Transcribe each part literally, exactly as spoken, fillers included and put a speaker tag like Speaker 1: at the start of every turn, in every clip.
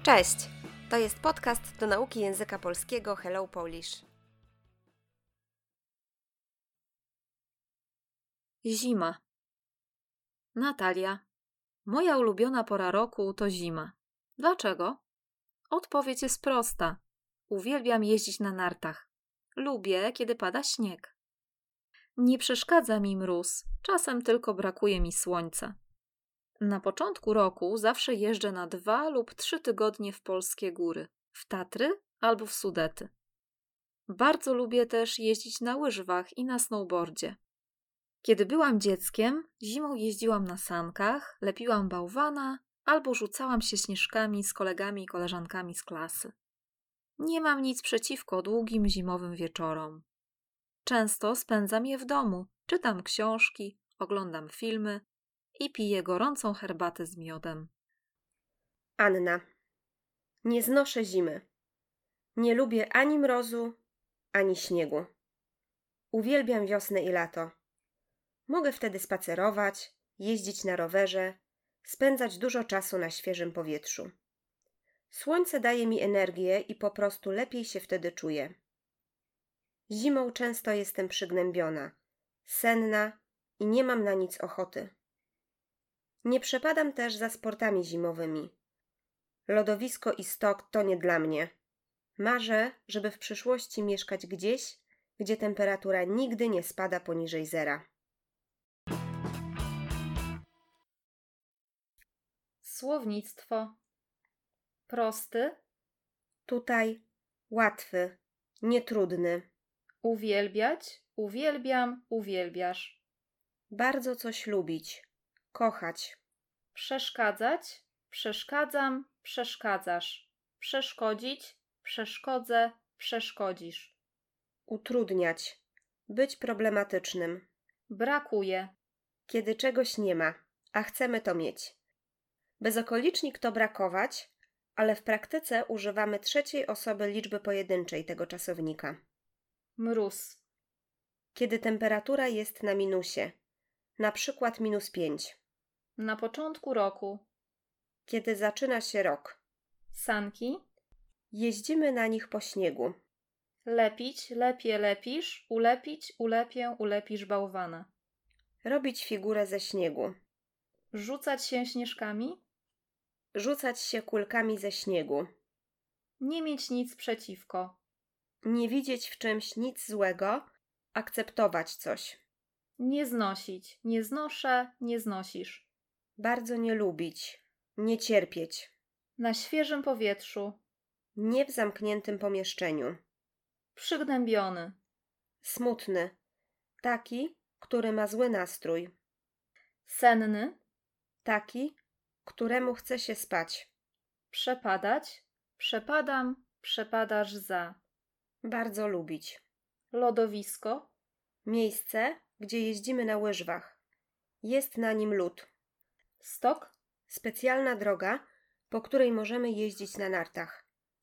Speaker 1: Cześć! To jest podcast do nauki języka polskiego Hello Polish.
Speaker 2: Zima. Natalia. Moja ulubiona pora roku to zima. Dlaczego? Odpowiedź jest prosta. Uwielbiam jeździć na nartach. Lubię, kiedy pada śnieg. Nie przeszkadza mi mróz, czasem tylko brakuje mi słońca. Na początku roku zawsze jeżdżę na dwa lub trzy tygodnie w polskie góry, w Tatry albo w Sudety. Bardzo lubię też jeździć na łyżwach i na snowboardzie. Kiedy byłam dzieckiem, zimą jeździłam na sankach, lepiłam bałwana albo rzucałam się śnieżkami z kolegami i koleżankami z klasy. Nie mam nic przeciwko długim zimowym wieczorom. Często spędzam je w domu, czytam książki, oglądam filmy i piję gorącą herbatę z miodem.
Speaker 1: Anna. Nie znoszę zimy. Nie lubię ani mrozu, ani śniegu. Uwielbiam wiosnę i lato. Mogę wtedy spacerować, jeździć na rowerze, spędzać dużo czasu na świeżym powietrzu. Słońce daje mi energię i po prostu lepiej się wtedy czuję. Zimą często jestem przygnębiona, senna i nie mam na nic ochoty. Nie przepadam też za sportami zimowymi. Lodowisko i stok to nie dla mnie. Marzę, żeby w przyszłości mieszkać gdzieś, gdzie temperatura nigdy nie spada poniżej zera.
Speaker 2: Słownictwo. Prosty,
Speaker 1: Tutaj łatwy, nietrudny.
Speaker 2: uwielbiać, uwielbiam, uwielbiasz.
Speaker 1: Bardzo coś lubić, kochać.
Speaker 2: Przeszkadzać, przeszkadzam, przeszkadzasz. Przeszkodzić, przeszkodzę, przeszkodzisz.
Speaker 1: Utrudniać, być problematycznym.
Speaker 2: Brakuje,
Speaker 1: Kiedy czegoś nie ma, a chcemy to mieć. Bezokolicznik to brakować, ale w praktyce używamy trzeciej osoby liczby pojedynczej tego czasownika.
Speaker 2: mróz,
Speaker 1: Kiedy temperatura jest na minusie, na przykład minus pięć.
Speaker 2: na początku roku.
Speaker 1: Kiedy zaczyna się rok.
Speaker 2: Sanki,
Speaker 1: Jeździmy na nich po śniegu.
Speaker 2: lepić, lepie, lepisz, ulepić, ulepię, ulepisz bałwana.
Speaker 1: Robić figurę ze śniegu.
Speaker 2: Rzucać się śnieżkami,
Speaker 1: Rzucać się kulkami ze śniegu.
Speaker 2: nie mieć nic przeciwko.
Speaker 1: Nie widzieć w czymś nic złego, akceptować coś.
Speaker 2: Nie znosić, nie znoszę, nie znosisz.
Speaker 1: Bardzo nie lubić, nie cierpieć.
Speaker 2: Na świeżym powietrzu,
Speaker 1: Nie w zamkniętym pomieszczeniu.
Speaker 2: przygnębiony,
Speaker 1: Smutny. Taki, który ma zły nastrój.
Speaker 2: senny,
Speaker 1: Taki, któremu chce się spać.
Speaker 2: przepadać, przepadam, przepadasz za.
Speaker 1: Bardzo lubić.
Speaker 2: Lodowisko,
Speaker 1: Miejsce, gdzie jeździmy na łyżwach. Jest na nim lód.
Speaker 2: stok,
Speaker 1: Specjalna droga, po której możemy jeździć na nartach.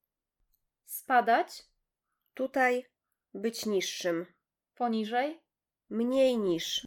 Speaker 2: spadać,
Speaker 1: Tutaj być niższym.
Speaker 2: poniżej,
Speaker 1: Mniej niż.